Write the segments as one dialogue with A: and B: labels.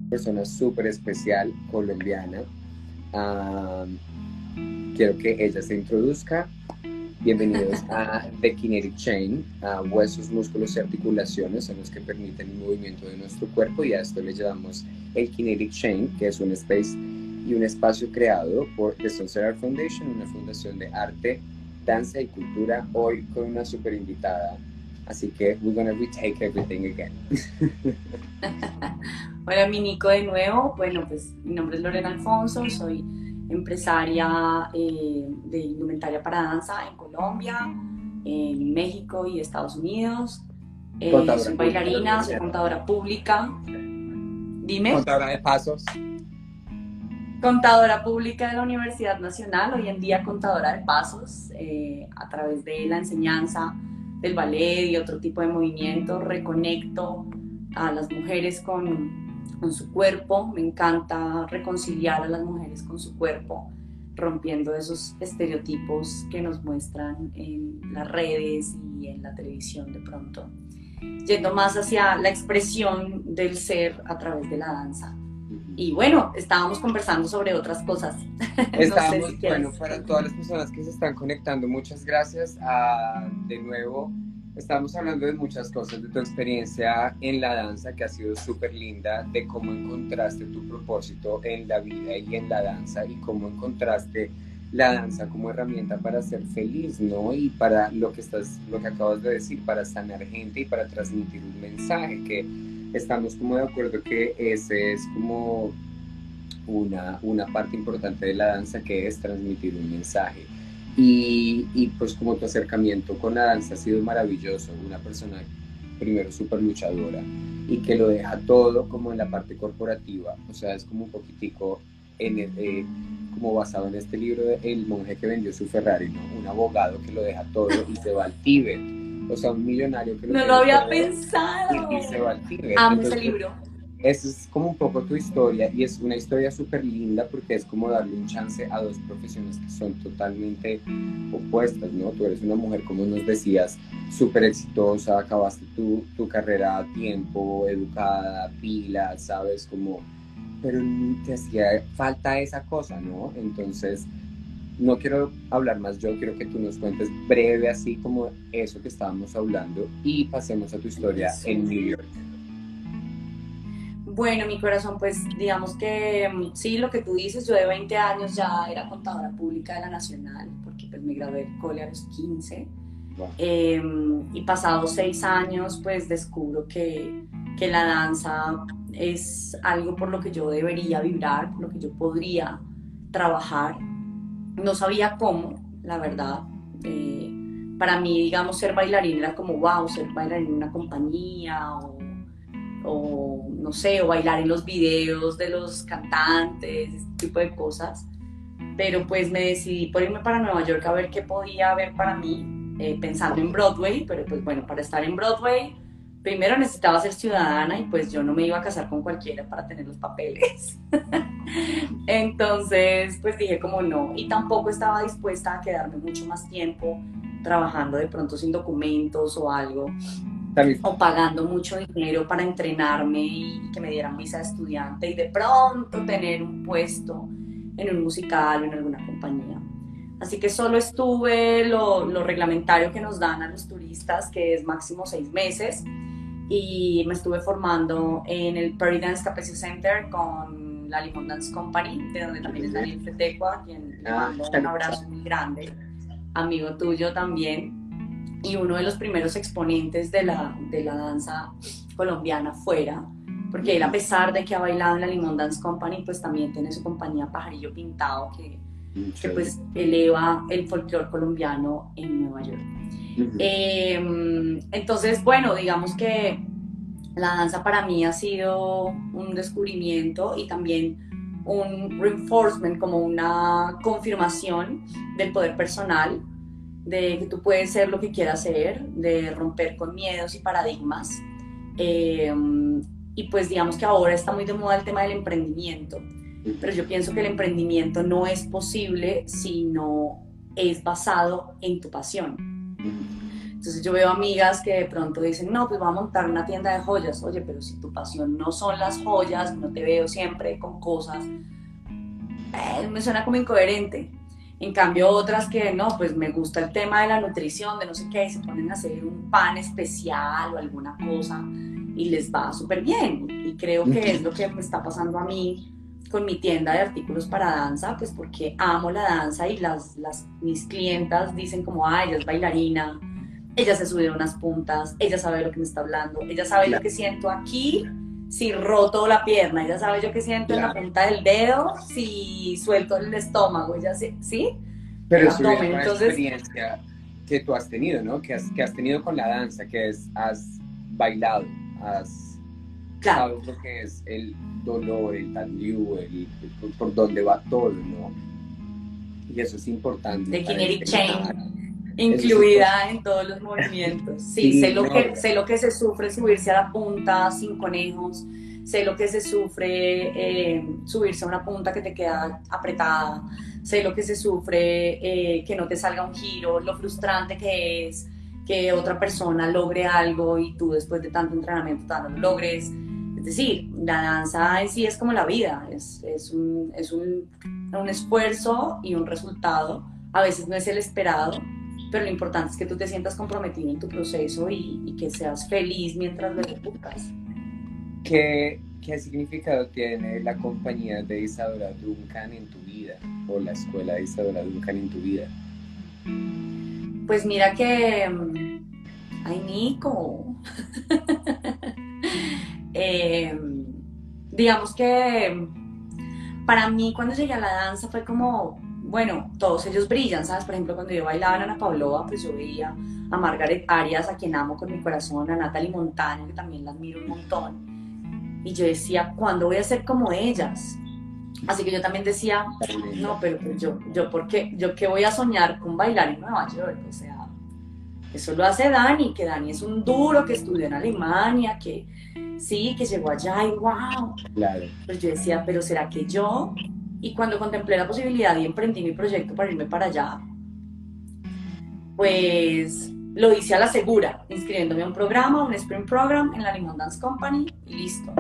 A: persona súper especial, colombiana. Ah, quiero que ella se introduzca. Bienvenidos a The Kinetic Chain. Huesos, músculos y articulaciones son los que permiten el movimiento de nuestro cuerpo, y a esto le llamamos el Kinetic Chain, que es un space y un espacio creado por The Sunset Art Foundation, una fundación de arte, danza y cultura, hoy con una super invitada. Así que we're gonna retake everything again.
B: Hola, mi Nico de nuevo. Bueno, pues mi nombre es Lorena Alfonso, soy empresaria de indumentaria para danza en Colombia, en México y Estados Unidos.
A: Contadora
B: Soy
A: pública de la
B: bailarina, soy
A: universidad.
B: contadora pública. Dime.
A: Contadora de pasos.
B: Contadora pública de la Universidad Nacional, hoy en día contadora de pasos, a través de la enseñanza del ballet y otro tipo de movimientos, reconecto a las mujeres con su cuerpo. Me encanta reconciliar a las mujeres con su cuerpo, rompiendo esos estereotipos que nos muestran en las redes y en la televisión de pronto, yendo más hacia la expresión del ser a través de la danza. Y bueno, estábamos conversando sobre otras cosas. No sé si quieres.
A: Bueno, para todas las personas que se están conectando, muchas gracias. De nuevo, estamos hablando de muchas cosas, de tu experiencia en la danza, que ha sido súper linda, de cómo encontraste tu propósito en la vida y en la danza, y cómo encontraste la danza como herramienta para ser feliz, ¿no? Y para lo que acabas de decir, para sanar gente y para transmitir un mensaje, que estamos como de acuerdo que ese es como una parte importante de la danza, que es transmitir un mensaje. Y pues como tu acercamiento con la danza ha sido maravilloso, una persona primero súper luchadora y que lo deja todo como en la parte corporativa, o sea, es como un poquitico como basado en este libro de El monje que vendió su Ferrari, ¿no? Un abogado que lo deja todo y se va al Tíbet, o sea, un millonario que lo
B: No lo
A: tiene
B: había
A: todo
B: pensado.
A: y se va al Tíbet.
B: Amo ese
A: Entonces,
B: libro.
A: esa es como un poco tu historia, y es una historia súper linda porque es como darle un chance a dos profesiones que son totalmente opuestas, ¿no? Tú eres una mujer, como nos decías, súper exitosa, acabaste tu carrera a tiempo, educada, pila, ¿sabes? Como, pero te hacía falta esa cosa, ¿no? Entonces, no quiero hablar más yo, quiero que tú nos cuentes breve, así como eso que estábamos hablando, y pasemos a tu historia en New York.
B: Bueno, mi corazón, pues digamos que sí, lo que tú dices, yo de 20 años ya era contadora pública de la Nacional, porque pues me gradué del cole a los 15.
A: Wow.
B: Y pasados 6 años, pues descubro que la danza es algo por lo que yo debería vibrar, por lo que yo podría trabajar. No sabía cómo, la verdad. Para mí, digamos, ser bailarín era como, wow, ser bailarín en una compañía o no sé, o bailar en los videos de los cantantes, ese tipo de cosas. Pero pues me decidí por irme para Nueva York a ver qué podía haber para mí, pensando en Broadway. Pero pues bueno, para estar en Broadway primero necesitaba ser ciudadana, y pues yo no me iba a casar con cualquiera para tener los papeles. Entonces pues dije como no, y tampoco estaba dispuesta a quedarme mucho más tiempo trabajando de pronto sin documentos o algo,
A: También.
B: o pagando mucho dinero para entrenarme y que me dieran visa de estudiante y de pronto tener un puesto en un musical o en alguna compañía. Así que solo estuve lo reglamentario que nos dan a los turistas, que es máximo 6 meses, y me estuve formando en el Perry Dance Capacity Center con la Limón Dance Company, de donde también es Daniel Fetecua, a quien le mando un abrazo muy grande, amigo tuyo también, y uno de los primeros exponentes de la danza colombiana fuera, porque él, a pesar de que ha bailado en la Limón Dance Company, pues también tiene su compañía Pajarillo Pintado, que pues eleva el folclore colombiano en Nueva York. Entonces, bueno, digamos que la danza para mí ha sido un descubrimiento y también un reinforcement, como una confirmación del poder personal, de que tú puedes ser lo que quieras ser, de romper con miedos y paradigmas. Y pues digamos que ahora está muy de moda el tema del emprendimiento, pero yo pienso que el emprendimiento no es posible si no es basado en tu pasión. Entonces yo veo amigas que de pronto dicen, no, pues voy a montar una tienda de joyas. Oye, pero si tu pasión no son las joyas, no te veo siempre con cosas, me suena como incoherente. En cambio otras que no, pues me gusta el tema de la nutrición, de no sé qué, y se ponen a hacer un pan especial o alguna cosa y les va súper bien. Y creo que es lo que me está pasando a mí con mi tienda de artículos para danza, pues porque amo la danza y mis clientas dicen como, ah, ella es bailarina, ella se sube unas puntas, ella sabe lo que me está hablando, ella sabe lo que siento aquí si roto la pierna, ella sabe yo que siento en la punta del dedo si suelto el estómago, ella sí,
A: Pero
B: el
A: eso es
B: abdomen.
A: una
B: Entonces,
A: experiencia que tú has tenido, ¿no? Que has tenido con la danza, has bailado,
B: claro,
A: sabes lo que es el dolor, el tandiu, por dónde va todo, ¿no? Y eso es importante.
B: de
A: para
B: kinetic
A: entrenar.
B: chain incluida en todos los movimientos. Sí,
A: Sí,
B: sé lo que se sufre subirse a la punta sin conejos, sé lo que se sufre subirse a una punta que te queda apretada, sé lo que se sufre que no te salga un giro, lo frustrante que es que otra persona logre algo y tú después de tanto entrenamiento no lo logres. Es decir, la danza en sí es como la vida, es un esfuerzo y un resultado. A veces no es el esperado, pero lo importante es que tú te sientas comprometido en tu proceso y que seas feliz mientras lo ejecutas.
A: ¿Qué significado tiene la compañía de Isadora Duncan en tu vida? O la escuela de Isadora Duncan en tu vida.
B: Pues mira que... ¡Ay, Nico! Digamos que para mí cuando llegué a la danza fue como, bueno, todos ellos brillan, ¿sabes? Por ejemplo, cuando yo bailaba en Ana Pavlova, pues yo veía a Margaret Arias, a quien amo con mi corazón, a Natalie Montaño, que también la admiro un montón. Y yo decía, ¿cuándo voy a ser como ellas? Así que yo también decía, no, pero yo ¿por qué? ¿Yo qué voy a soñar con bailar en Nueva York? O sea, eso lo hace Dani, que Dani es un duro, que estudió en Alemania, que sí, que llegó allá y wow.
A: Claro.
B: Pues yo decía, pero ¿será que yo? Y cuando contemplé la posibilidad y emprendí mi proyecto para irme para allá, pues lo hice a la segura, inscribiéndome a un programa, un Spring Program en la Limón Dance Company y listo.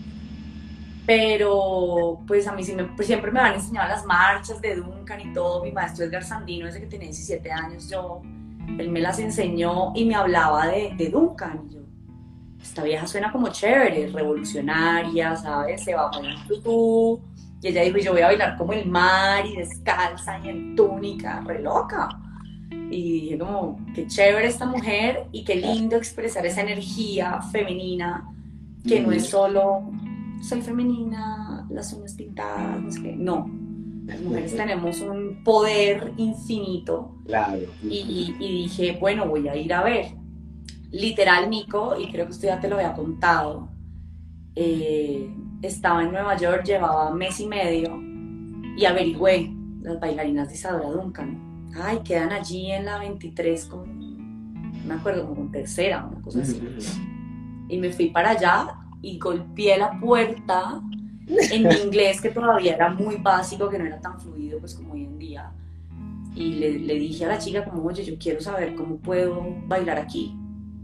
B: Pero pues a mí pues siempre me han enseñado las marchas de Duncan y todo. Mi maestro Edgar Sandino, desde que tenía 17 años, él me las enseñó y me hablaba de Duncan. Y yo, esta vieja suena como chévere, revolucionaria, ¿sabes? Se bajó en un tutú. Y ella dijo, yo voy a bailar como el mar y descalza y en túnica, re loca. Y dije como, qué chévere esta mujer y qué lindo expresar esa energía femenina, que no es solo, soy femenina, las uñas pintadas, no sé qué. No, las mujeres tenemos un poder infinito.
A: Claro.
B: Y dije, bueno, voy a ir a ver. Literal, Nico, y creo que usted ya te lo había contado, estaba en Nueva York, llevaba mes y medio y averigüé las bailarinas de Isadora Duncan. Ay, quedan allí en la 23 no me acuerdo, como con tercera, una cosa así. Y me fui para allá y golpeé la puerta en mi inglés, que todavía era muy básico, que no era tan fluido pues como hoy en día. Y le dije a la chica como, oye, yo quiero saber cómo puedo bailar aquí.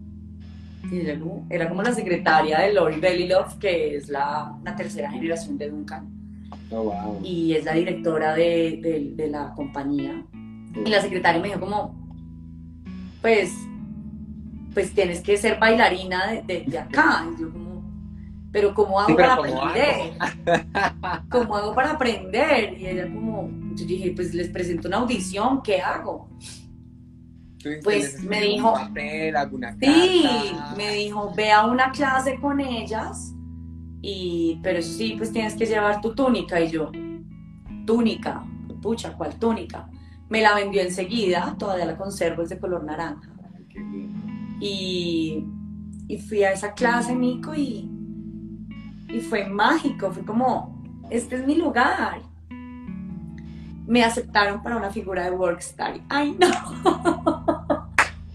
B: Y era como la secretaria de Lori Belilov, que es la tercera generación de Duncan.
A: Oh, wow.
B: Y es la directora de la compañía. Y la secretaria me dijo como, pues tienes que ser bailarina de acá. Y yo como, pero ¿cómo hago para aprender? ¿Cómo hago para aprender? Y ella como, yo dije, pues les presento una audición, ¿qué hago? Pues me dijo,
A: papel, alguna
B: sí,
A: carta.
B: me dijo, ve a una clase con ellas, pero eso sí, pues tienes que llevar tu túnica. Y yo, túnica, pucha, ¿cuál túnica? Me la vendió enseguida, todavía la conservo, es de color naranja.
A: Ay, qué lindo.
B: Y fui a esa clase, Nico, y fue mágico, fue como, este es mi lugar. Me aceptaron para una figura de workstudy. ¡Ay, no!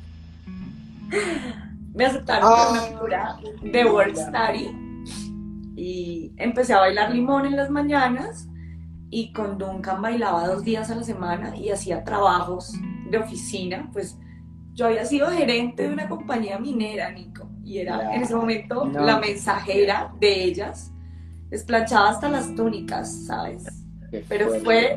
B: Me aceptaron para una figura de workstudy. Y empecé a bailar limón en las mañanas. Y con Duncan bailaba 2 días a la semana y hacía trabajos de oficina, pues yo había sido gerente de una compañía minera, Nico, y era en ese momento
A: no,
B: la mensajera de ellas. Les planchaba hasta las túnicas, ¿sabes? Pero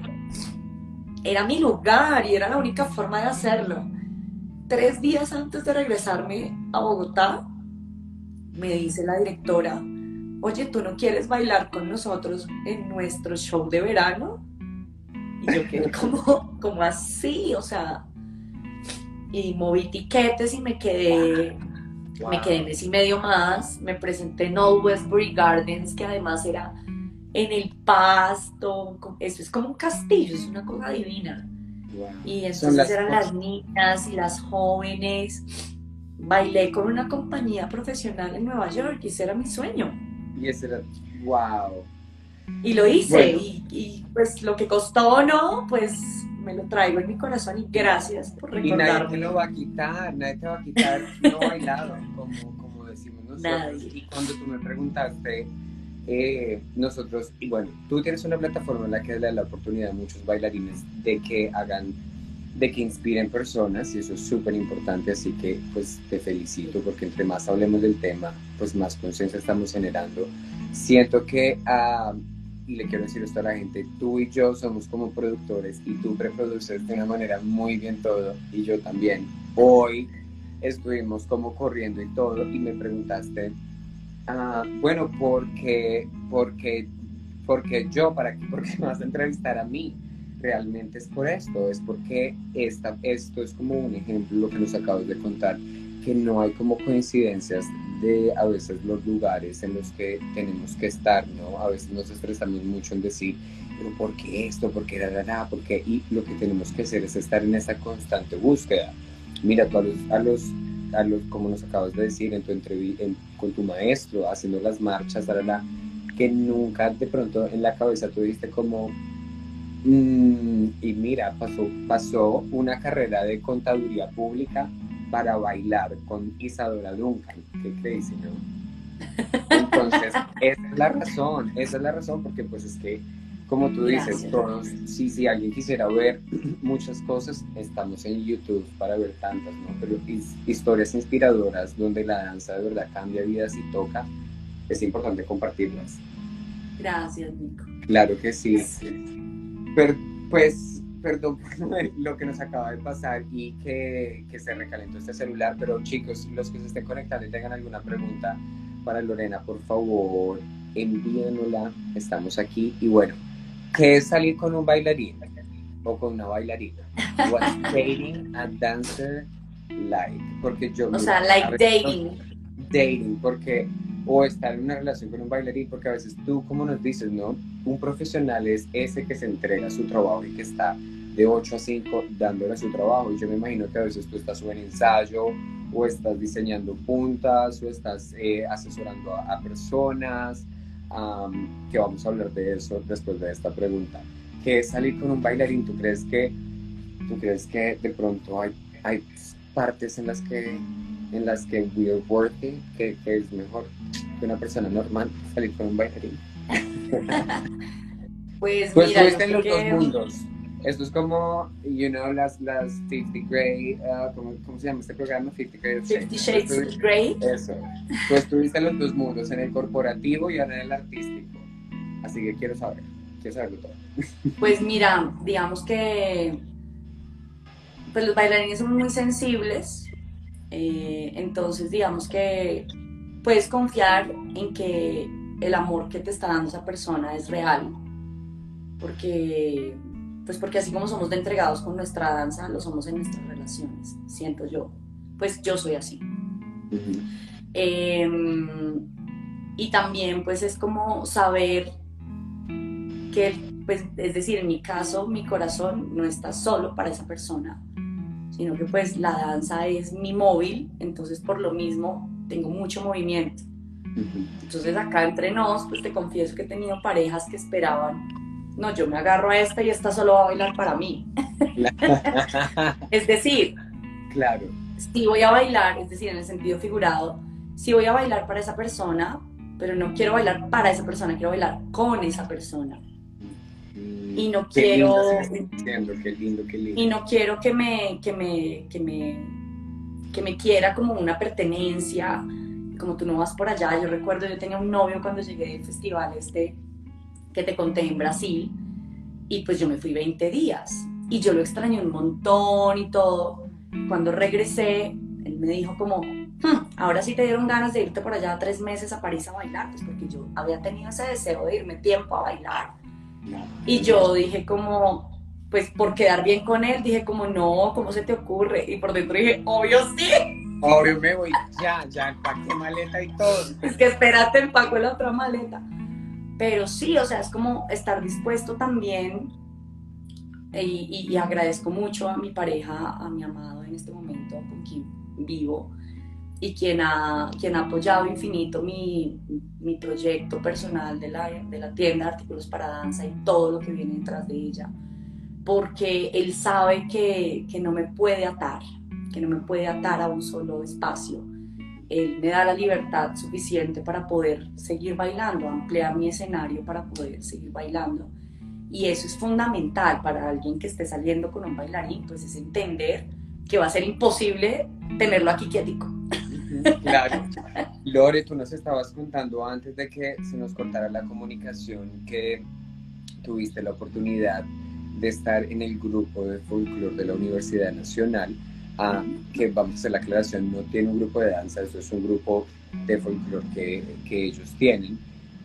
B: era mi lugar y era la única forma de hacerlo. 3 días antes de regresarme a Bogotá, me dice la directora, oye, ¿tú no quieres bailar con nosotros en nuestro show de verano? Y yo quedé como así, o sea, y moví tiquetes y me quedé mes y medio más, me presenté en Old Westbury Gardens, que además era en el pasto, eso es como un castillo, es una cosa divina.
A: Wow.
B: Y entonces eran las niñas y las jóvenes, bailé con una compañía profesional en Nueva York y ese era mi sueño.
A: Y ese era, wow.
B: Y lo hice, bueno. y pues lo que costó o no, pues me lo traigo en mi corazón y gracias por recordarme.
A: Y nadie te lo va a quitar, nadie te va a quitar no bailado, como decimos nosotros.
B: Nadie.
A: Y cuando tú me preguntaste, nosotros, y bueno, tú tienes una plataforma en la que le da la oportunidad a muchos bailarines de que inspiren personas, y eso es súper importante, así que pues te felicito, porque entre más hablemos del tema, pues más conciencia estamos generando. Siento que, y le quiero decir esto a la gente, tú y yo somos como productores, y tú preproduces de una manera muy bien todo, y yo también. Hoy estuvimos como corriendo y todo, y me preguntaste, bueno, ¿por qué yo? ¿Por qué me vas a entrevistar a mí? Realmente es por esto, es porque esto es como un ejemplo, lo que nos acabas de contar, que no hay como coincidencias de a veces los lugares en los que tenemos que estar, ¿no? A veces nos estresamos mucho en decir, pero ¿por qué esto? ¿Por qué ¿Por qué? Y lo que tenemos que hacer es estar en esa constante búsqueda. Mira, tú a los como nos acabas de decir en tu entrevista con tu maestro, haciendo las marchas, que nunca de pronto en la cabeza tú dijiste como, y mira, pasó una carrera de contaduría pública para bailar con Isadora Duncan. Qué crazy, ¿no? Entonces, esa es la razón, porque pues es que, como tú dices, todos, si alguien quisiera ver muchas cosas, estamos en YouTube para ver tantas, ¿no? Pero historias inspiradoras donde la danza de verdad cambia vidas y toca, es importante compartirlas.
B: Gracias, Nico.
A: Claro que sí. Pero, pues, perdón por lo que nos acaba de pasar y que se recalentó este celular, pero chicos, los que se estén conectando y tengan alguna pregunta para Lorena, por favor, envíenla, estamos aquí. Y bueno, ¿qué es salir con un bailarín o con una bailarina? What's dating a dancer like? Porque yo...
B: O sea, like dating.
A: Dating, porque... o estar en una relación con un bailarín, porque a veces tú, como nos dices, ¿no? Un profesional es ese que se entrega a su trabajo y que está de 8 a 5 dándole a su trabajo, y yo me imagino que a veces tú estás o en ensayo, o estás diseñando puntas, o estás asesorando a personas, que vamos a hablar de eso después de esta pregunta. ¿Qué es salir con un bailarín? ¿Tú crees que de pronto hay partes en las que we are worthy, que es mejor que una persona normal salir con un bailarín?
B: Pues
A: tú
B: mira,
A: estuviste en los dos mundos. Esto es como, las 50 Grey, ¿cómo se llama este programa?
B: 50 Shades of Grey.
A: Eso. Tú estuviste en los dos mundos, en el corporativo y ahora en el artístico. Así que quiero saberlo todo.
B: Pues mira, digamos que pues los bailarines son muy sensibles. Entonces digamos que puedes confiar en que el amor que te está dando esa persona es real, porque así como somos de entregados con nuestra danza, lo somos en nuestras relaciones, siento yo, pues yo soy así. Y también pues es como saber que, pues, es decir, en mi caso mi corazón no está solo para esa persona, sino que pues la danza es mi móvil, entonces por lo mismo tengo mucho movimiento. Entonces acá entre nos, pues te confieso que he tenido parejas que esperaban, no, yo me agarro a esta y esta solo va a bailar para mí. Es decir,
A: claro,
B: si voy a bailar, es decir, en el sentido figurado, si voy a bailar para esa persona, pero no quiero bailar para esa persona, quiero bailar con esa persona. Y no quiero...
A: Qué lindo.
B: Y no quiero que me que me quiera como una pertenencia, como tú no vas por allá. Yo recuerdo, yo tenía un novio cuando llegué del festival que te conté en Brasil, y pues yo me fui 20 días, y yo lo extrañé un montón y todo. Cuando regresé, él me dijo como, ahora sí te dieron ganas de irte por allá 3 meses a París a bailar, pues porque yo había tenido ese deseo de irme tiempo a bailar. Y yo dije como, pues por quedar bien con él, dije como, no, ¿cómo se te ocurre? Y por dentro dije, obvio sí.
A: Obvio me voy, ya empaqué maleta y todo.
B: Es que espérate, empaco la otra maleta. Pero sí, o sea, es como estar dispuesto también, y agradezco mucho a mi pareja, a mi amado en este momento, con quien vivo, y quien ha apoyado infinito mi proyecto personal de la tienda de artículos para danza y todo lo que viene detrás de ella, porque él sabe que no me puede atar, a un solo espacio. Él me da la libertad suficiente para poder seguir bailando, ampliar mi escenario para poder seguir bailando. Y eso es fundamental para alguien que esté saliendo con un bailarín, pues es entender que va a ser imposible tenerlo aquí quietico.
A: Claro. Lore, tú nos estabas contando antes de que se nos cortara la comunicación que tuviste la oportunidad de estar en el grupo de folclore de la Universidad Nacional, que vamos a hacer la aclaración, no tiene un grupo de danza, eso es un grupo de folclore que ellos tienen,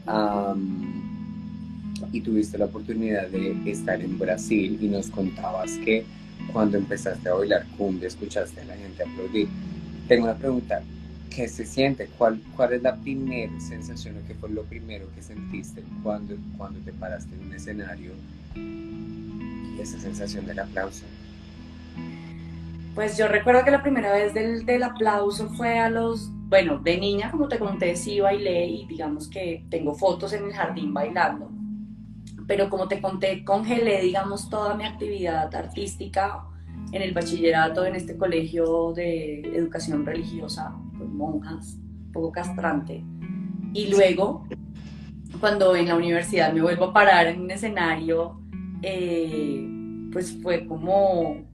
A: y tuviste la oportunidad de estar en Brasil y nos contabas que cuando empezaste a bailar cumbia escuchaste a la gente aplaudir. Tengo una pregunta, ¿qué se siente? ¿Cuál es la primera sensación o qué fue lo primero que sentiste cuando te paraste en un escenario y esa sensación del aplauso?
B: Pues yo recuerdo que la primera vez del aplauso fue bueno, de niña, como te conté, sí bailé, y digamos que tengo fotos en el jardín bailando, pero como te conté, congelé, digamos, toda mi actividad artística en el bachillerato, en este colegio de educación religiosa, con monjas, un poco castrante. Y luego, cuando en la universidad me vuelvo a parar en un escenario, pues fue como,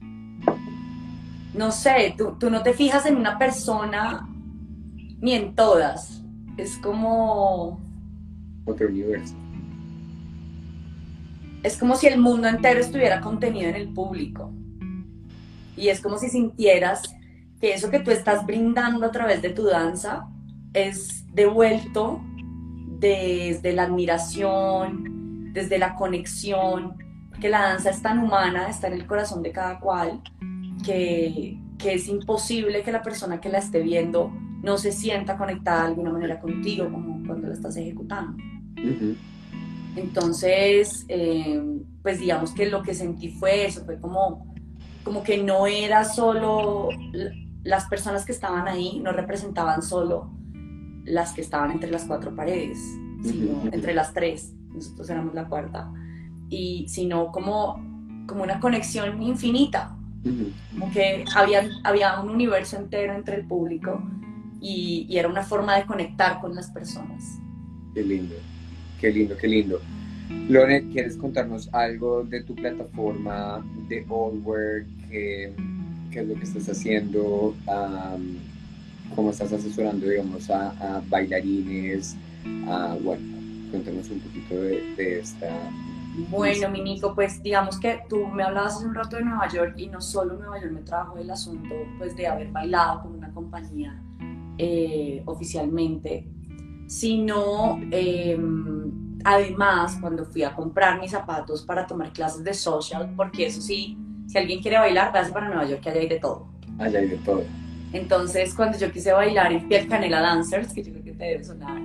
B: no sé, tú no te fijas en una persona ni en todas, es como
A: Otro universo.
B: Es como si el mundo entero estuviera contenido en el público. Y es como si sintieras que eso que tú estás brindando a través de tu danza es devuelto desde la admiración, desde la conexión, porque la danza es tan humana, está en el corazón de cada cual, que es imposible que la persona que la esté viendo no se sienta conectada de alguna manera contigo, como cuando la estás ejecutando.
A: Uh-huh.
B: Entonces, pues digamos que lo que sentí fue eso, fue como que no era solo las personas que estaban ahí, no representaban solo las que estaban entre las 4 paredes, sino entre las 3, nosotros éramos la 4ª, y sino como una conexión infinita, como que había un universo entero entre el público, y era una forma de conectar con las personas.
A: Qué lindo, qué lindo, qué lindo. Lore, ¿quieres contarnos algo de tu plataforma de All Work? ¿Qué es lo que estás haciendo? ¿Cómo estás asesorando, digamos, a bailarines? Bueno, cuéntanos un poquito de esta...
B: Bueno, mi Nico, pues digamos que tú me hablabas hace un rato de Nueva York, y no solo Nueva York me trajo el asunto pues de haber bailado con una compañía oficialmente, sino además cuando fui a comprar mis zapatos para tomar clases de social, porque eso sí, si alguien quiere bailar, váyase para Nueva York, que allá hay de todo.
A: Allá hay de todo.
B: Entontonces cuando yo quise bailar en Piel Canela Dancers, que yo creo que te debe sonar,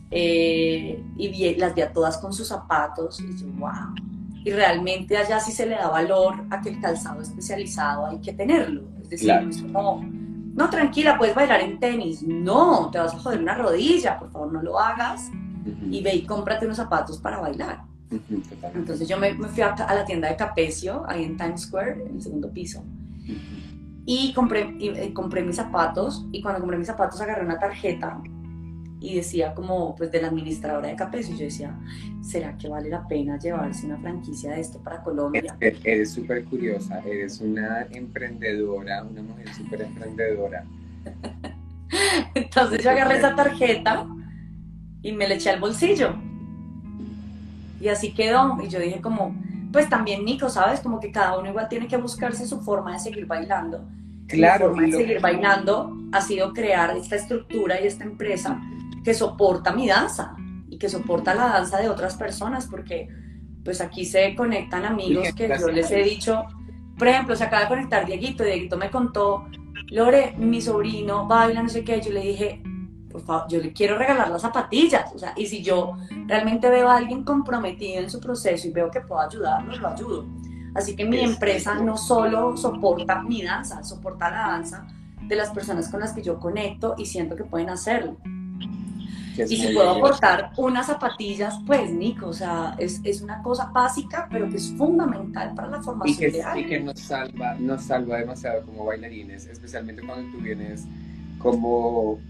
B: y las vi a todas con sus zapatos, y yo, wow. Y realmente allá sí se le da valor a que el calzado especializado hay que tenerlo. Es decir, claro. No, tranquila, puedes bailar en tenis. No, te vas a joder una rodilla, por favor, no lo hagas. Y ve y cómprate unos zapatos para bailar. Entonces yo me fui a la tienda de Capecio, ahí en Times Square, en el 2º piso. Y compré mis zapatos, y cuando compré mis zapatos agarré una tarjeta y decía como, pues de la administradora de Capezo, y yo decía, ¿será que vale la pena llevarse una franquicia de esto para Colombia?
A: Eres súper curiosa, eres una emprendedora, una mujer súper emprendedora.
B: Entonces yo agarré esa tarjeta y me le eché al bolsillo. Y así quedó. Y yo dije como, pues también Nico, ¿sabes? Como que cada uno igual tiene que buscarse su forma de seguir bailando.
A: Claro,
B: mi forma de seguir bailando ha sido crear esta estructura y esta empresa que soporta mi danza y que soporta la danza de otras personas, porque pues aquí se conectan amigos que yo les he dicho, por ejemplo, se acaba de conectar Dieguito me contó, Lore, mi sobrino baila, no sé qué, yo le dije, por favor, yo le quiero regalar las zapatillas, o sea, y si yo realmente veo a alguien comprometido en su proceso y veo que puedo ayudarlo, lo ayudo. Así que mi empresa no solo soporta mi danza, soporta la danza de las personas con las que yo conecto y siento que pueden hacerlo. Y si puedo aportar unas zapatillas, pues Nico, o sea, es una cosa básica, pero que es fundamental para la formación de alguien.
A: Y que nos salva demasiado como bailarines, especialmente cuando tú vienes como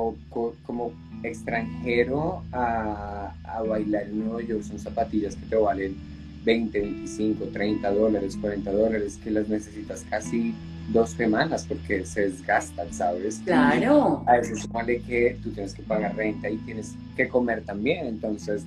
A: extranjero a bailar en Nueva York. Son zapatillas que te valen 20, 25, 30 dólares, 40 dólares, que las necesitas casi 2 semanas porque se desgastan, ¿sabes?
B: Claro.
A: Y a veces vale que tú tienes que pagar renta y tienes que comer también, entonces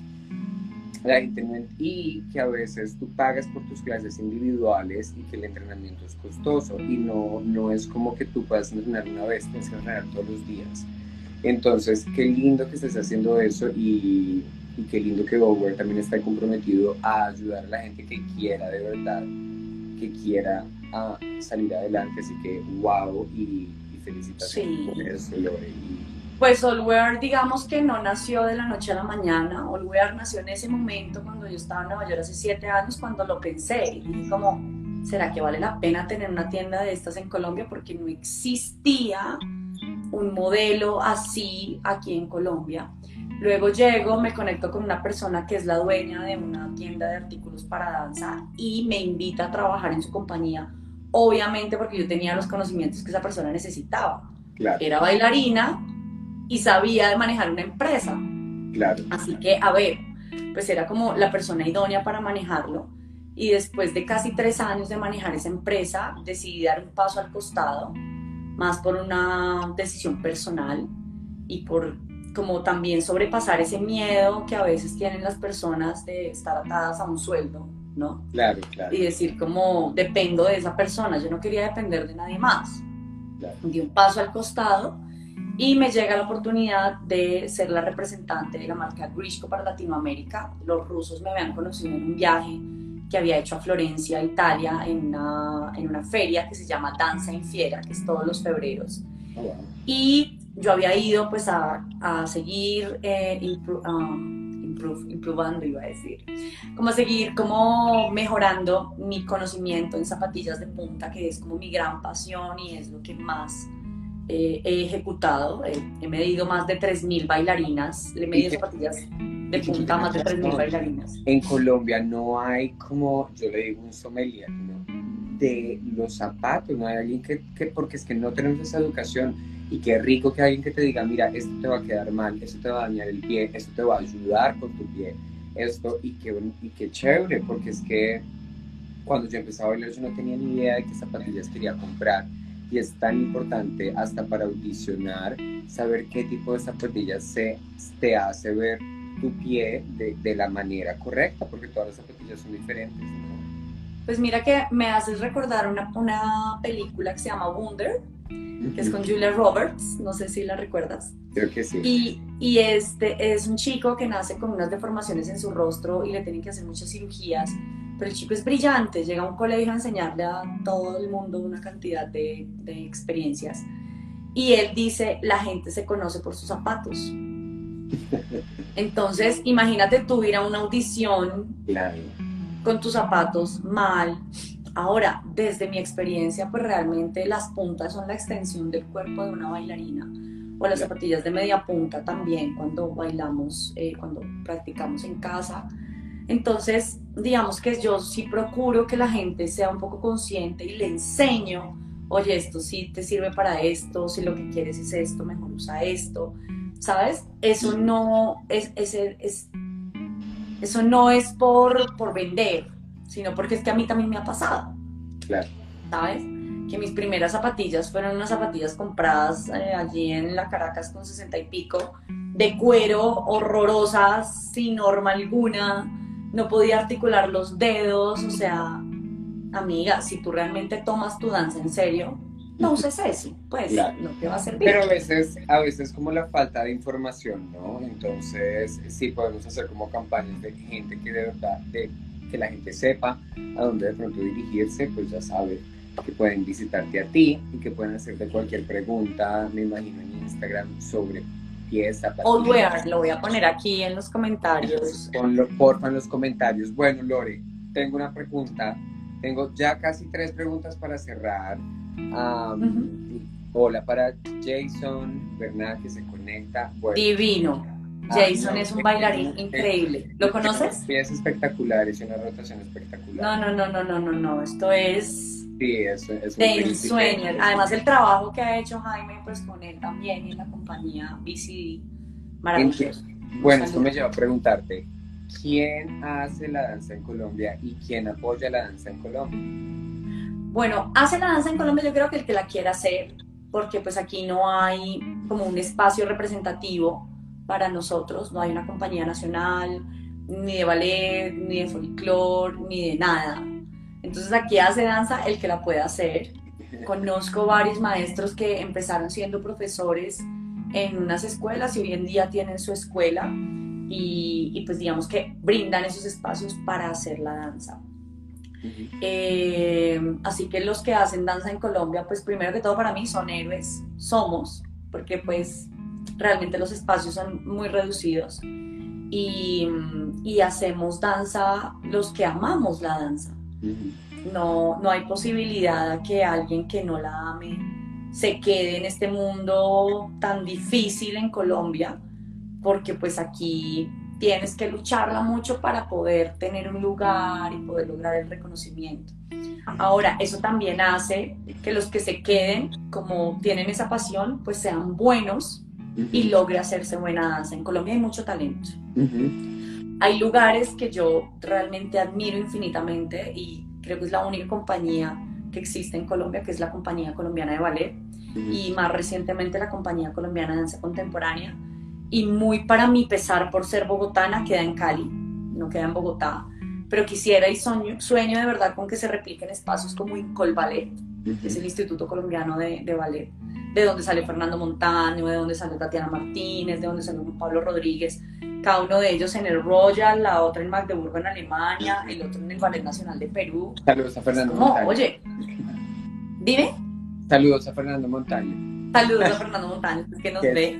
A: la gente no, y que a veces tú pagas por tus clases individuales y que el entrenamiento es costoso y no es como que tú puedas entrenar una vez, tienes que entrenar todos los días. Entonces, qué lindo que estés haciendo eso y qué lindo que Over también está comprometido a ayudar a la gente que quiera de verdad, que quiera salir adelante. Así que wow y felicitaciones por eso, Lore.
B: Pues Allwear, digamos que no nació de la noche a la mañana. Allwear nació en ese momento cuando yo estaba en Nueva York hace 7 años, cuando lo pensé y dije como, ¿será que vale la pena tener una tienda de estas en Colombia? Porque no existía un modelo así aquí en Colombia. Luego llego, me conecto con una persona que es la dueña de una tienda de artículos para danza y me invita a trabajar en su compañía, obviamente porque yo tenía los conocimientos que esa persona necesitaba.
A: Claro.
B: Era bailarina y sabía de manejar una empresa.
A: Claro.
B: Así que, a ver, pues era como la persona idónea para manejarlo. Y después de casi 3 años de manejar esa empresa, decidí dar un paso al costado, más por una decisión personal y por como también sobrepasar ese miedo que a veces tienen las personas de estar atadas a un sueldo, ¿no?
A: Claro, claro.
B: Y decir como, dependo de esa persona, yo no quería depender de nadie más.
A: Claro.
B: Di un paso al costado y me llega la oportunidad de ser la representante de la marca Grishko para Latinoamérica. Los rusos me habían conocido en un viaje que había hecho a Florencia, Italia, en una feria que se llama Danza in Fiera, que es todos los febreros.
A: Oh, wow.
B: Y yo había ido pues a seguir improvando, iba a decir, como a seguir como mejorando mi conocimiento en zapatillas de punta, que es como mi gran pasión y es lo que más he ejecutado. He medido más de 3.000 bailarinas, le he medido zapatillas de punta a más de 3.000 bailarinas.
A: En Colombia no hay como, yo le digo, un sommelier, ¿no? De los zapatos, no hay alguien que porque es que no tenemos esa educación. Y qué rico que alguien que te diga, mira, esto te va a quedar mal, esto te va a dañar el pie, esto te va a ayudar con tu pie, esto, y qué chévere, porque es que cuando yo empecé a bailar yo no tenía ni idea de qué zapatillas quería comprar, y es tan importante hasta para audicionar, saber qué tipo de zapatillas te hace ver tu pie de la manera correcta, porque todas las zapatillas son diferentes, ¿no?
B: Pues mira que me haces recordar una película que se llama Wonder, que es con Julia Roberts, no sé si la recuerdas.
A: Creo que sí.
B: Y este es un chico que nace con unas deformaciones en su rostro y le tienen que hacer muchas cirugías, pero el chico es brillante, llega a un colegio a enseñarle a todo el mundo una cantidad de experiencias. Y él dice, la gente se conoce por sus zapatos. Entonces, imagínate tú ir a una audición
A: claro.
B: con tus zapatos mal. Ahora, desde mi experiencia, pues realmente las puntas son la extensión del cuerpo de una bailarina, o las zapatillas de media punta también cuando bailamos, cuando practicamos en casa. Entonces, digamos que yo sí procuro que la gente sea un poco consciente y le enseño, oye, esto sí te sirve para esto, si lo que quieres es esto, mejor usa esto. ¿sabes? Eso no eso no es por vender, sino porque es que a mí también me ha pasado,
A: Claro.
B: ¿sabes? Que mis primeras zapatillas fueron unas zapatillas compradas allí en la Caracas con 60 y pico, de cuero, horrorosas, sin norma alguna, no podía articular los dedos, o sea, amiga, si tú realmente tomas tu danza en serio, no uses eso, pues
A: Claro.
B: no te va a
A: Pero
B: servir.
A: a veces como la falta de información, ¿no? Entonces sí podemos hacer como campañas de gente que de verdad, de que la gente sepa a dónde de pronto dirigirse, pues ya sabe que pueden visitarte a ti y que pueden hacerte cualquier pregunta, me imagino en Instagram, sobre pies,
B: Old
A: zapatillas.
B: Wear, lo voy a poner aquí en los
A: Entonces
B: comentarios.
A: ponlo porfa en los comentarios. Bueno, Lore, tengo una pregunta. Tengo ya casi 3 preguntas para cerrar. Hola para Jason Bernal que se conecta. Bueno,
B: Divino. Jason
A: no,
B: es un bailarín increíble. ¿Lo conoces?
A: es espectacular, es una rotación espectacular.
B: No. Esto es
A: Sí, es un
B: de
A: príncipe.
B: ensueño. Además, el trabajo que ha hecho Jaime, pues con él también y en la compañía BCD, maravilloso.
A: Bueno, esto me lleva a preguntarte, ¿quién hace la danza en Colombia y quién apoya la danza en Colombia?
B: Bueno, hace la danza en Colombia, yo creo que el que la quiera hacer, porque pues aquí no hay como un espacio representativo para nosotros, no hay una compañía nacional, ni de ballet, ni de folclore, ni de nada. Entonces aquí hace danza el que la pueda hacer. Conozco varios maestros que empezaron siendo profesores en unas escuelas y hoy en día tienen su escuela y pues digamos que brindan esos espacios para hacer la danza. Así que los que hacen danza en Colombia, pues primero que todo para mí son héroes, somos, porque pues realmente los espacios son muy reducidos y hacemos danza los que amamos la danza. No hay posibilidad a que alguien que no la ame se quede en este mundo tan difícil en Colombia, porque pues aquí tienes que lucharla mucho para poder tener un lugar y poder lograr el reconocimiento. Ahora, eso también hace que los que se queden, como tienen esa pasión, pues sean buenos y logre hacerse buena danza. En Colombia hay mucho talento. Hay lugares que yo realmente admiro infinitamente y creo que es la única compañía que existe en Colombia, que es la Compañía Colombiana de Ballet y más recientemente la Compañía Colombiana de Danza Contemporánea. Y muy para mi pesar por ser bogotana, queda en Cali, no queda en Bogotá, pero quisiera y sueño de verdad con que se repliquen espacios como Incol Ballet, que es el Instituto Colombiano de Ballet, de donde sale Fernando Montaño, de donde sale Tatiana Martínez, de donde sale Juan Pablo Rodríguez, cada uno de ellos en el Royal, la otra en Magdeburgo en Alemania, el otro en el Ballet Nacional de Perú.
A: Saludos a Fernando Montaño.
B: Oye, dime.
A: Saludos a Fernando Montaño.
B: Saludos a Fernando Montaño, que nos ve.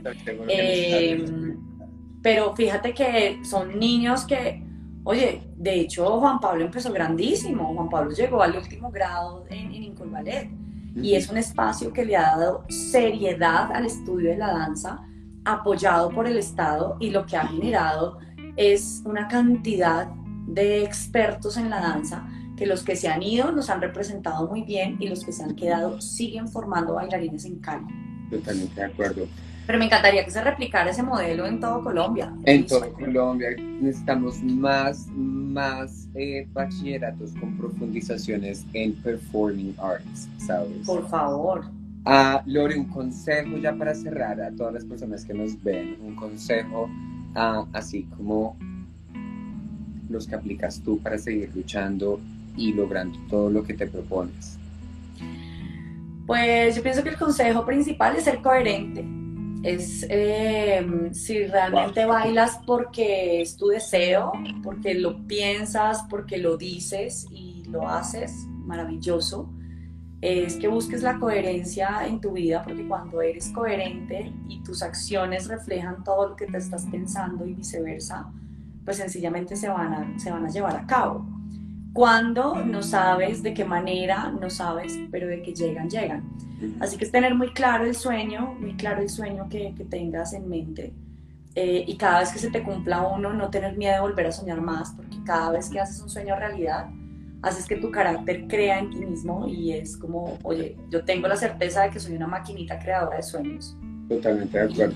B: Pero fíjate que son niños que, oye, de hecho Juan Pablo empezó grandísimo. Juan Pablo llegó al último grado en Incol Ballet. Y es un espacio que le ha dado seriedad al estudio de la danza, apoyado por el Estado, y lo que ha generado es una cantidad de expertos en la danza que los que se han ido nos han representado muy bien y los que se han quedado siguen formando bailarines en Cali.
A: Totalmente de acuerdo.
B: Pero me encantaría que se replicara ese modelo en todo Colombia.
A: En todo Colombia necesitamos más bachilleratos con profundizaciones en performing arts, ¿sabes?
B: Por favor.
A: Lore, un consejo ya para cerrar a todas las personas que nos ven, un consejo así como los que aplicas tú para seguir luchando y logrando todo lo que te propones.
B: Pues yo pienso que el consejo principal es ser coherente. Es si realmente bailas porque es tu deseo, porque lo piensas, porque lo dices y lo haces, maravilloso. Es que busques la coherencia en tu vida, porque cuando eres coherente y tus acciones reflejan todo lo que te estás pensando y viceversa, pues sencillamente se van a llevar a cabo. Cuando no sabes de qué manera, no sabes, pero de que llegan. Así que es tener muy claro el sueño que tengas en mente, y cada vez que se te cumpla uno, no tener miedo de volver a soñar más, porque cada vez que haces un sueño realidad, haces que tu carácter crea en ti mismo y es como, oye, yo tengo la certeza de que soy una maquinita creadora de sueños.
A: Totalmente de acuerdo.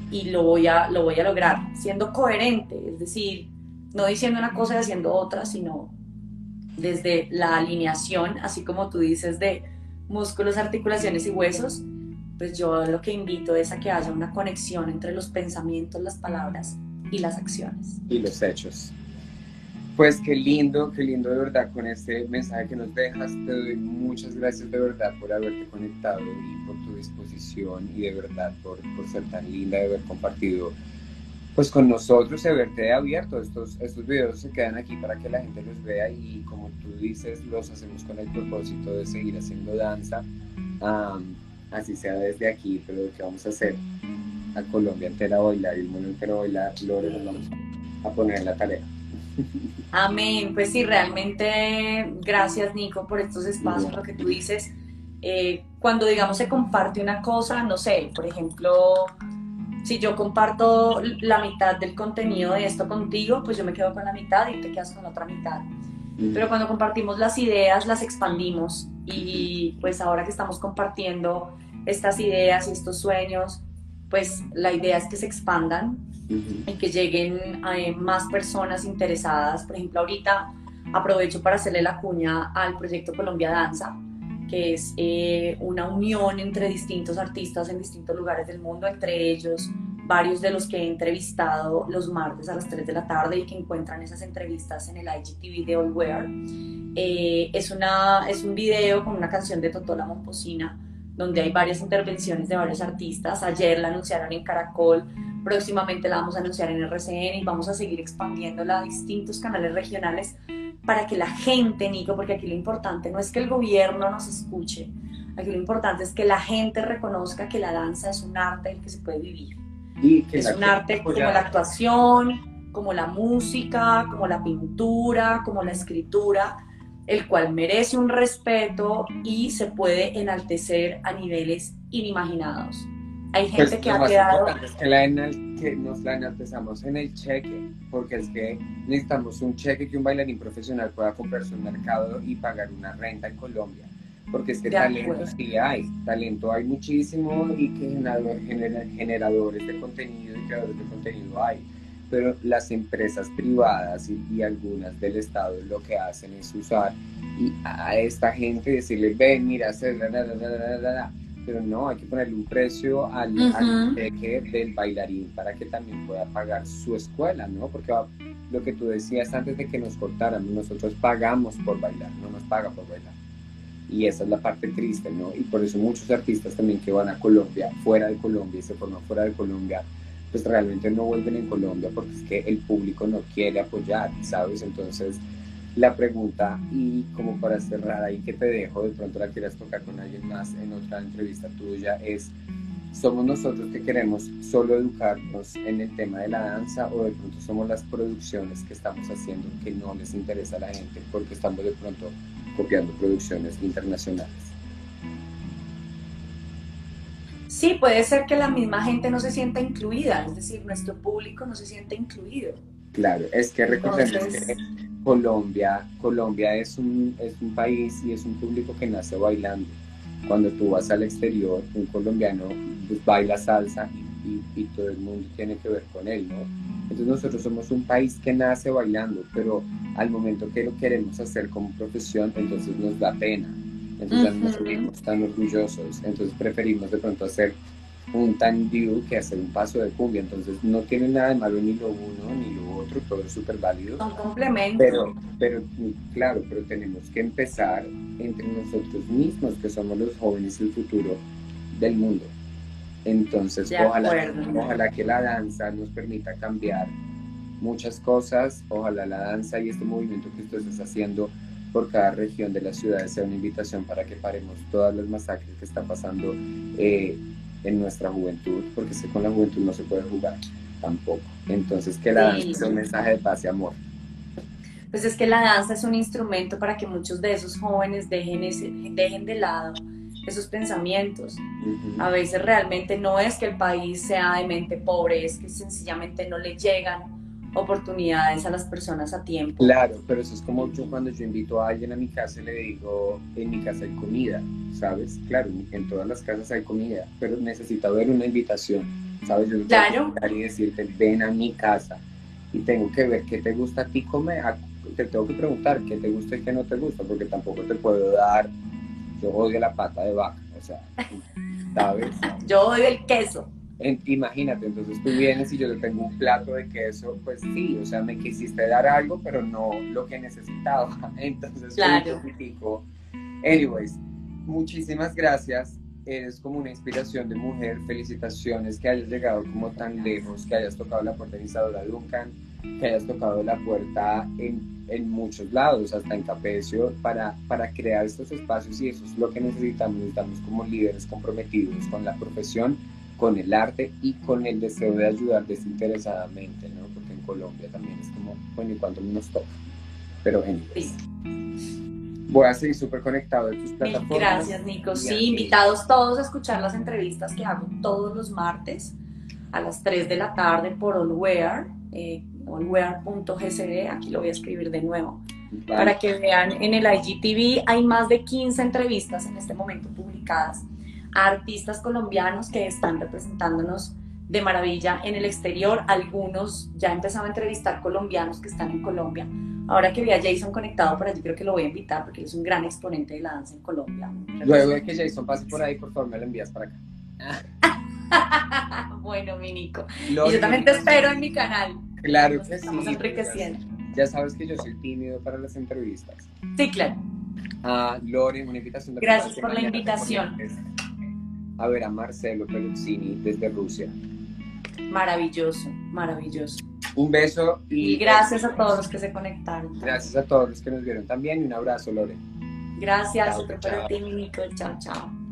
B: y lo voy a lograr siendo coherente, es decir, no diciendo una cosa y haciendo otra, sino desde la alineación, así como tú dices, de músculos, articulaciones y huesos. Pues yo lo que invito es a que haya una conexión entre los pensamientos, las palabras y las acciones.
A: Y los hechos. Pues qué lindo de verdad con este mensaje que nos dejas. Te doy muchas gracias de verdad por haberte conectado y por tu disposición y de verdad por ser tan linda, de haber compartido pues con nosotros, de haberte abierto. Estos videos se quedan aquí para que la gente los vea y como tú dices, los hacemos con el propósito de seguir haciendo danza, así sea desde aquí, pero lo que vamos a hacer a Colombia entera a bailar y el mundo entero a bailar, Lore, nos vamos a poner en la tarea.
B: Amén. Pues sí, realmente gracias, Nico, por estos espacios, lo que tú dices. Cuando, digamos, se comparte una cosa, no sé, por ejemplo, si yo comparto la mitad del contenido de esto contigo, pues yo me quedo con la mitad y te quedas con la otra mitad. Pero cuando compartimos las ideas, las expandimos y pues ahora que estamos compartiendo estas ideas y estos sueños, pues la idea es que se expandan y que lleguen a más personas interesadas. Por ejemplo, ahorita aprovecho para hacerle la cuña al proyecto Colombia Danza, que es una unión entre distintos artistas en distintos lugares del mundo, entre ellos varios de los que he entrevistado los martes a las 3 de la tarde y que encuentran esas entrevistas en el IGTV de All Wear. Es un video con una canción de Totó la Momposina, donde hay varias intervenciones de varios artistas. Ayer la anunciaron en Caracol, próximamente la vamos a anunciar en RCN y vamos a seguir expandiéndola a distintos canales regionales para que la gente, Nico, porque aquí lo importante no es que el gobierno nos escuche, aquí lo importante es que la gente reconozca que la danza es un arte del que se puede vivir. Y que es un arte como la actuación, como la música, como la pintura, como la escritura, el cual merece un respeto y se puede enaltecer a niveles inimaginados. Hay gente pues que ha quedado...
A: Es que nos la enaltezamos en el cheque, porque es que necesitamos un cheque que un bailarín profesional pueda comprarse un mercado y pagar una renta en Colombia. Porque es que talento sí hay, talento hay muchísimo y que generadores de contenido y creadores de contenido hay, pero las empresas privadas y algunas del Estado lo que hacen es usar a esta gente y decirle, ven, mira, pero no, hay que ponerle un precio al cheque del bailarín para que también pueda pagar su escuela, ¿no? Porque lo que tú decías antes de que nos cortaran, nosotros pagamos por bailar, no nos paga por bailar. Y esa es la parte triste, ¿no? Y por eso muchos artistas también que van a Colombia, fuera de Colombia y se forman fuera de Colombia, pues realmente no vuelven en Colombia porque es que el público no quiere apoyar, ¿sabes? Entonces, la pregunta, y como para cerrar ahí que te dejo, de pronto la quieras tocar con alguien más en otra entrevista tuya, es, ¿somos nosotros que queremos solo educarnos en el tema de la danza o de pronto somos las producciones que estamos haciendo que no les interesa a la gente porque estamos de pronto copiando producciones internacionales?
B: Sí, puede ser que la misma gente no se sienta incluida, es decir, nuestro público no se siente incluido.
A: Claro, es que recordemos que Colombia es un país y es un público que nace bailando. Cuando tú vas al exterior, un colombiano pues, baila salsa y todo el mundo tiene que ver con él, ¿no? Entonces nosotros somos un país que nace bailando, pero al momento que lo queremos hacer como profesión, entonces nos da pena. Entonces ya no nos sentimos tan orgullosos. Entonces preferimos de pronto hacer un tandiu que hacer un paso de cumbia. Entonces no tiene nada de malo ni lo uno ni lo otro, todo es súper válido.
B: Son complementos.
A: Pero claro, pero tenemos que empezar entre nosotros mismos, que somos los jóvenes y el futuro del mundo. Entonces ojalá que la danza nos permita cambiar muchas cosas. Ojalá la danza y este movimiento que tú estás haciendo por cada región de las ciudades sea una invitación para que paremos todas las masacres que están pasando en nuestra juventud, porque sé que con la juventud no se puede jugar tampoco. Entonces que la danza sea un mensaje de paz y amor.
B: Pues es que la danza es un instrumento para que muchos de esos jóvenes dejen de lado esos pensamientos. A veces realmente no es que el país sea de mente pobre, es que sencillamente no le llegan oportunidades a las personas a tiempo.
A: Claro, pero eso es como cuando yo invito a alguien a mi casa y le digo, en mi casa hay comida, ¿sabes? Claro, en todas las casas hay comida, pero necesita ver una invitación, ¿sabes? Yo no tengo que llegar y decirte, ven a mi casa y tengo que ver qué te gusta a ti comer, te tengo que preguntar qué te gusta y qué no te gusta, porque tampoco te puedo dar, yo odio la pata de vaca, o sea, ¿sabes?
B: Yo odio el queso.
A: Imagínate, entonces tú vienes y yo le tengo un plato de queso, pues sí, o sea, me quisiste dar algo, pero no lo que necesitaba, entonces
B: claro.
A: Anyways, muchísimas gracias, eres como una inspiración de mujer, felicitaciones que hayas llegado como tan lejos, que hayas tocado la puerta de Isadora Duncan, que hayas tocado la puerta en muchos lados, hasta en Capecio, para crear estos espacios, y eso es lo que necesitamos como líderes comprometidos con la profesión, con el arte y con el deseo de ayudar desinteresadamente, ¿no? Porque en Colombia también es como, bueno, ¿y cuánto nos toca? Pero anyways. Voy a seguir súper conectado de tus plataformas.
B: Gracias, Nico. Sí, invitados todos a escuchar las entrevistas que hago todos los martes a las 3 de la tarde por Allwear, allwear.gcd, aquí lo voy a escribir de nuevo, para que vean en el IGTV. Hay más de 15 entrevistas en este momento publicadas a artistas colombianos que están representándonos de maravilla en el exterior. Algunos ya empezaron a entrevistar colombianos que están en Colombia. Ahora que vi a Jason conectado por allí, creo que lo voy a invitar porque él es un gran exponente de la danza en Colombia.
A: Luego de que Jason pase por ahí, por favor, me lo envías para
B: acá. Bueno, mi Nico. Y yo también te espero en mi canal.
A: Claro que
B: estamos
A: sí.
B: Enriqueciendo.
A: Ya sabes que yo soy tímido para las entrevistas.
B: Sí, claro.
A: Lore, una invitación.
B: Gracias por la invitación.
A: A ver a Marcelo Peluzzini desde Rusia.
B: Maravilloso, maravilloso.
A: Un beso
B: y gracias a todos los que se conectaron.
A: Gracias a todos los que nos vieron también y un abrazo, Lore.
B: Gracias, otro para ti, mi Nico. Chao, chao.